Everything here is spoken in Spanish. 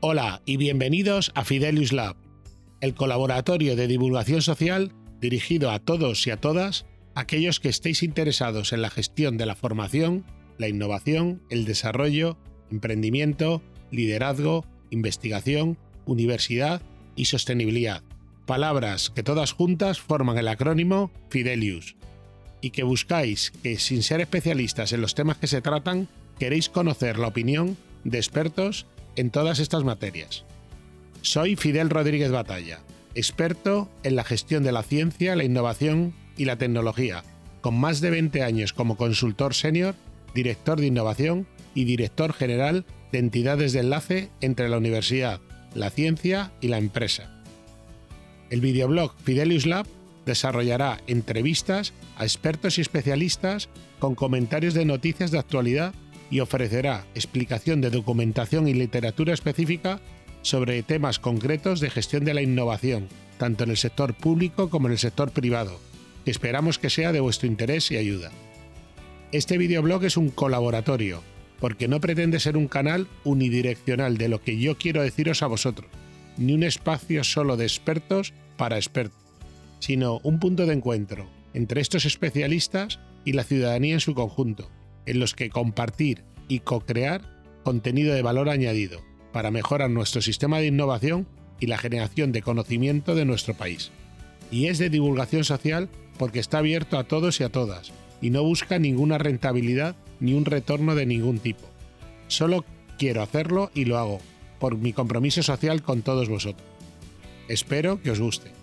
Hola y bienvenidos a Fidelius Lab, el colaboratorio de divulgación social dirigido a todos y a todas aquellos que estéis interesados en la gestión de la formación, la innovación, el desarrollo, emprendimiento, liderazgo, investigación, universidad y sostenibilidad. Palabras que todas juntas forman el acrónimo Fidelius, y que buscáis que, sin ser especialistas en los temas que se tratan, queréis conocer la opinión de expertos en todas estas materias. Soy Fidel Rodríguez Batalla, experto en la gestión de la ciencia, la innovación y la tecnología, con más de 20 años como consultor senior, director de innovación y director general de entidades de enlace entre la universidad, la ciencia y la empresa. El videoblog Fidelius Lab desarrollará entrevistas a expertos y especialistas con comentarios de noticias de actualidad y ofrecerá explicación de documentación y literatura específica sobre temas concretos de gestión de la innovación, tanto en el sector público como en el sector privado, que esperamos que sea de vuestro interés y ayuda. Este videoblog es un colaboratorio, porque no pretende ser un canal unidireccional de lo que yo quiero deciros a vosotros, ni un espacio solo de expertos para expertos, sino un punto de encuentro entre estos especialistas y la ciudadanía en su conjunto, en los que compartir y co-crear contenido de valor añadido para mejorar nuestro sistema de innovación y la generación de conocimiento de nuestro país. Y es de divulgación social porque está abierto a todos y a todas, y no busca ninguna rentabilidad ni un retorno de ningún tipo. Solo quiero hacerlo y lo hago, por mi compromiso social con todos vosotros. Espero que os guste.